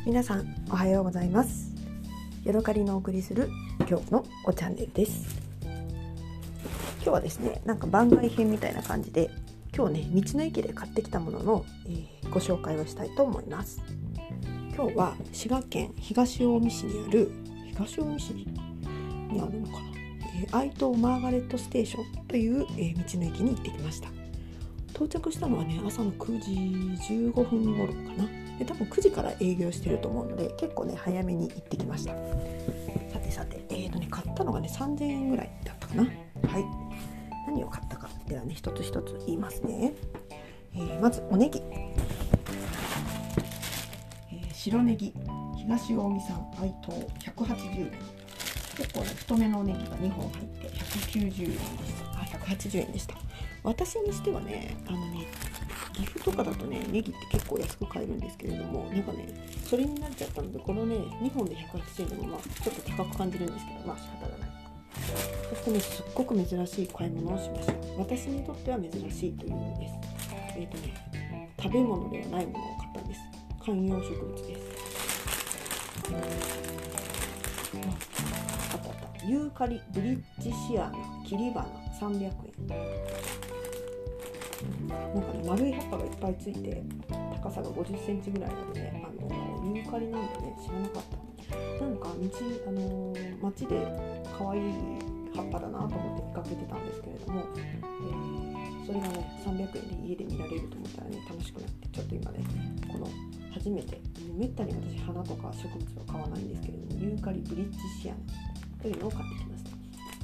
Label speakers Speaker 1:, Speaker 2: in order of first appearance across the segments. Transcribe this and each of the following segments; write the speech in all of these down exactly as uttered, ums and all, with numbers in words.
Speaker 1: 皆さんおはようございます。ヤドカリのお送りする今日のおチャンネルです。今日はですね、なんか番外編みたいな感じで、今日ね道の駅で買ってきたものの、えー、ご紹介をしたいと思います。今日は滋賀県東近江市にある東近江市にあるのかな、えー、愛東マーガレットステーションという、えー、道の駅に行ってきました。到着したのはね朝のくじじゅうごふん頃かな。で多分くじから営業してると思うので結構ね早めに行ってきました。さてさて、えーとね買ったのがねさんぜんえんぐらいだったかな。はい、何を買ったかではね一つ一つ言いますね。えー、まずおネギ、えー、白ネギ東近江産愛東ひゃくはちじゅうえん。結構ね太めのおネギがにほん入ってひゃくきゅうじゅうえんでした。あ、ひゃくはちじゅうえんでした。私にしてはね、あのね岐阜とかだとねネギって結構安く買えるんですけれども、なんかねそれになっちゃったので、このねにほんでひゃくはちじゅうえんでもまあちょっと高く感じるんですけど、まあ仕方がない。そしてねすっごく珍しい買い物をしました。私にとっては珍しいという意味です。えっとね食べ物ではないものを買ったんです。観葉植物です。あったあった。ユーカリブリッジシアナ切り花さんびゃくえん。なんかね丸い葉っぱがいっぱいついて高さがごじゅっセンチぐらいなので、あのユーカリなんでね知らなかった。なんか道あの街で可愛い葉っぱだなと思って見かけてたんですけれども、えー、それがねさんびゃくえんで家で見られると思ったらね楽しくなって、ちょっと今ねこの初めて、めったに私花とか植物は買わないんですけれども、ユーカリブリッジシアナというのを買ってきました。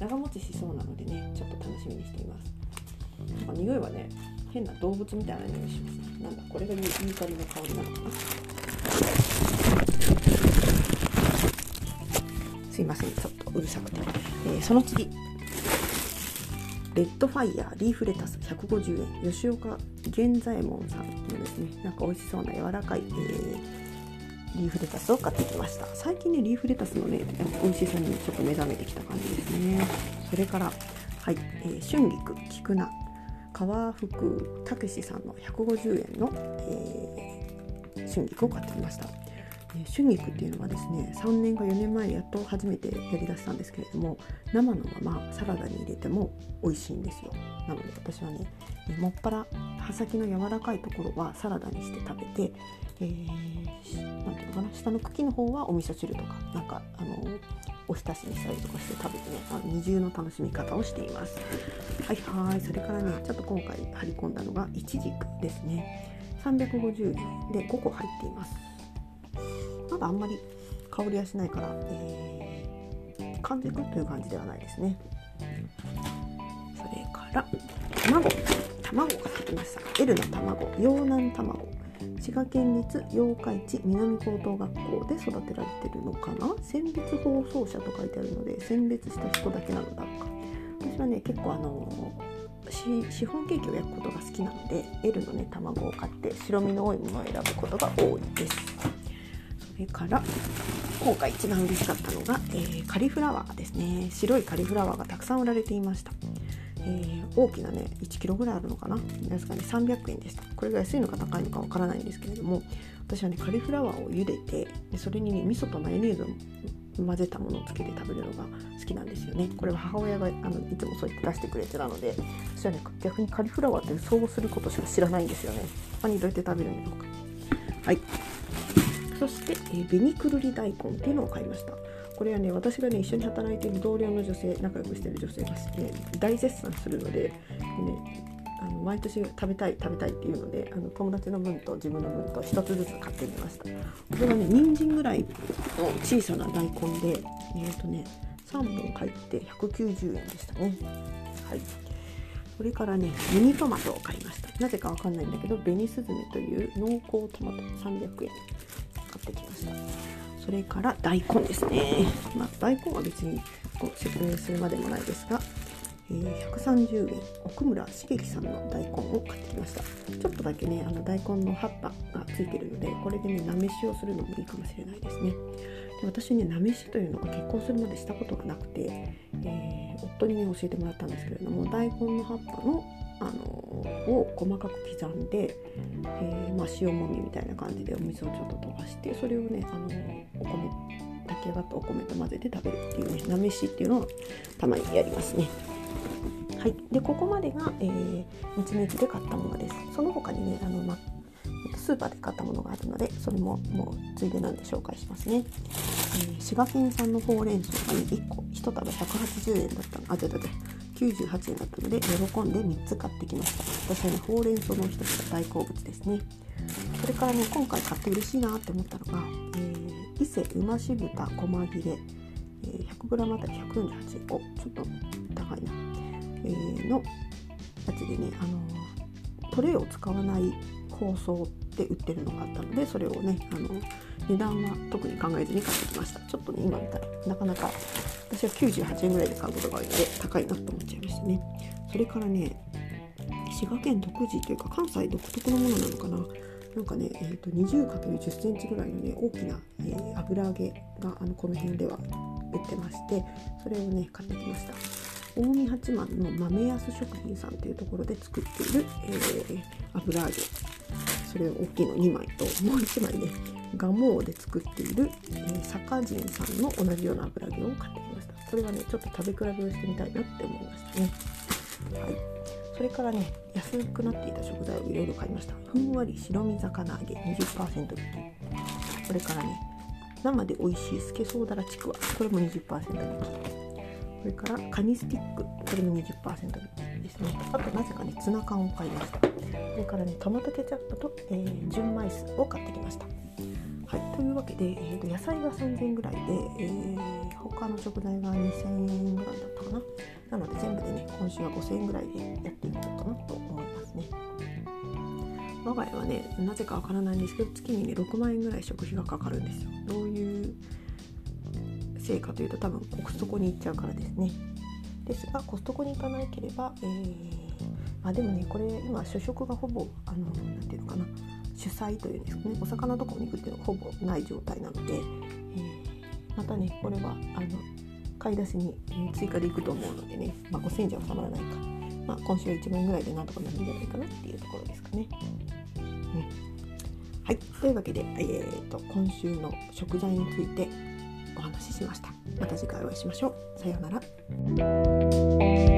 Speaker 1: 長持ちしそうなのでねちょっと楽しみにしています。なんか匂いはね変な動物みたいな匂いしますね。なんだこれがユーカリの香りなのかな。すいませんちょっとうるさくて、えー、その次レッドファイヤーリーフレタスひゃくごじゅうえん。吉岡源左衛門さんのですね、なんか美味しそうな柔らかい、えー、リーフレタスを買ってきました。最近ねリーフレタスのね美味しさにちょっと目覚めてきた感じですね。それからはい、えー、春菊菊菜川福たけしさんのひゃくごじゅうえんの、えー、春菊を買ってきました。えー、春菊っていうのはですねさんねんかよねんまえやっと初めてやりだしたんですけれども、生のままサラダに入れても美味しいんですよ。なので私はねもっぱら葉先の柔らかいところはサラダにして食べて、えー、なんていうのかな、下の茎の方はお味噌汁とかなんかあのおひたしにしたりとかして食べてね、あの二重の楽しみ方をしています。はいはい。それからねちょっと今回張り込んだのがイチジクですね。さんびゃくごじゅうえんでごこ入っています。まだあんまり香りはしないから、えー、完熟という感じではないですね。それから卵卵を買ってきました。 L の卵、洋南卵、滋賀県立八日市南高等学校で育てられてるのかな。選別包装者と書いてあるので選別した人だけなのだろうか。私はね結構あのシ, シフォンケーキを焼くことが好きなので L のね卵を買って白身の多いものを選ぶことが多いです。それから今回一番嬉しかったのが、えー、カリフラワーですね。白いカリフラワーがたくさん売られていました。えー、大きなねいちキロぐらいあるのかな。ですかねさんびゃくえんでした。これが安いのか高いのかわからないんですけれども、私はねカリフラワーを茹でて、でそれにね味噌とマヨネーズを混ぜたものをつけて食べるのが好きなんですよね。これは母親があのいつもそう言って出してくれてたので、私はね逆にカリフラワーってそうすることしか知らないんですよね。他にどうやって食べるんだろうか。はい。そして、えー、紅くるり大根っていうのを買いました。これはね私がね一緒に働いている同僚の女性、仲良くしている女性が、ね、大絶賛するので、ね、あの毎年食べたい食べたいっていうので、あの友達の分と自分の分と一つずつ買ってみました。これはね人参ぐらいの小さな大根で、えーとね、さんぼん入ってひゃくきゅうじゅうえんでしたね。はい。それからねミニトマトを買いました。なぜかわかんないんだけど紅すずめという濃厚トマトさんびゃくえん買ってきました。それから大根ですね。まあ、大根は別にこう説明するまでもないですが、えー、ひゃくさんじゅうえん奥村茂樹さんの大根を買ってきました。ちょっとだけねあの大根の葉っぱがついてるので、これでねなめしをするのもいいかもしれないですね。で私ねなめしというのが結婚するまでしたことがなくて、えー、夫にね教えてもらったんですけれども、大根の葉っぱのあのを細かく刻んで、えーまあ、塩もみみたいな感じでお水をちょっと飛ばして、それをねあのお米炊き上がったお米と混ぜて食べるっていうね、なめしっていうのをたまにやりますね。はい、でここまでが、えー、道の駅で買ったものです。その他にねあの、ま、スーパーで買ったものがあるので、それももうついでなんで紹介しますね。えー、滋賀県産のほうれん草が、ね、いっこいち束ひゃくはちじゅうえんだったのあじゃじゃじゃきゅうじゅうはちえんだったので喜んでみっつ買ってきました。私はねほうれん草の一つが大好物ですね。それからね今回買って嬉しいなって思ったのが、えー、伊勢うまし豚細切れ、えー、ひゃくグラム あたりひゃくよんじゅうはちえん、おちょっと高いな、えー、のやつでね、あのー、トレイを使わない包装で売ってるのがあったので、それをねあの値段は特に考えずに買ってきました。ちょっとね今見たらなかなか私はきゅうじゅうはちえんぐらいで買うことが多いので高いなと思っちゃいましたね。それからね滋賀県独自というか関西独特のものなのかな、なんかね、えー、と にじゅうかけるじゅっセンチぐらいのね大きな、えー、油揚げがあのこの辺では売ってまして、それをね買ってきました。近江八幡の豆安食品さんというところで作っている、えー、油揚げ、それを大きいのにまいと、もういちまいね蒲生で作っている、えー、坂人さんの同じような油揚げを買ってきました。これはねちょっと食べ比べをしてみたいなって思いましたね。はい、それからね安くなっていた食材をいろいろ買いました。ふんわり白身魚揚げ にじゅっパーセント 引き、それからね生で美味しいスケソウダラちくわ、これも にじゅっパーセント 引き、それからカニスティック、これも にじゅっパーセント 引きですね。あとなぜかねツナ缶を買いました。それからねトマトケチャップと、えー、純米酢を買ってきました。はい、というわけで、えー、と野菜がさんぜんえんぐらいで、えー、他の食材がにせんえんぐらいだったかな。なので全部でね今週はごせんえんぐらいでやっていこうかなと思いますね。我が家はねなぜかわからないんですけど月にねろくまんえんぐらい食費がかかるんですよ。どういうせいかというと多分コストコに行っちゃうからですね。ですがコストコに行かなければ、えーまあ、でもねこれ今主食がほぼあのなんていうのかな主菜というんですかね、お魚とかお肉っていうのがほぼない状態なので、えー、またねこれはあの買い出しに追加でいくと思うのでね、まあ、ごせんえんじゃ収まらないか、まあ、今週はいちまんえんぐらいでなんとかなるんじゃないかなっていうところですかね。うん、はい、というわけで、えー、と今週の食材についてお話ししました。また次回お会いしましょう。さようなら。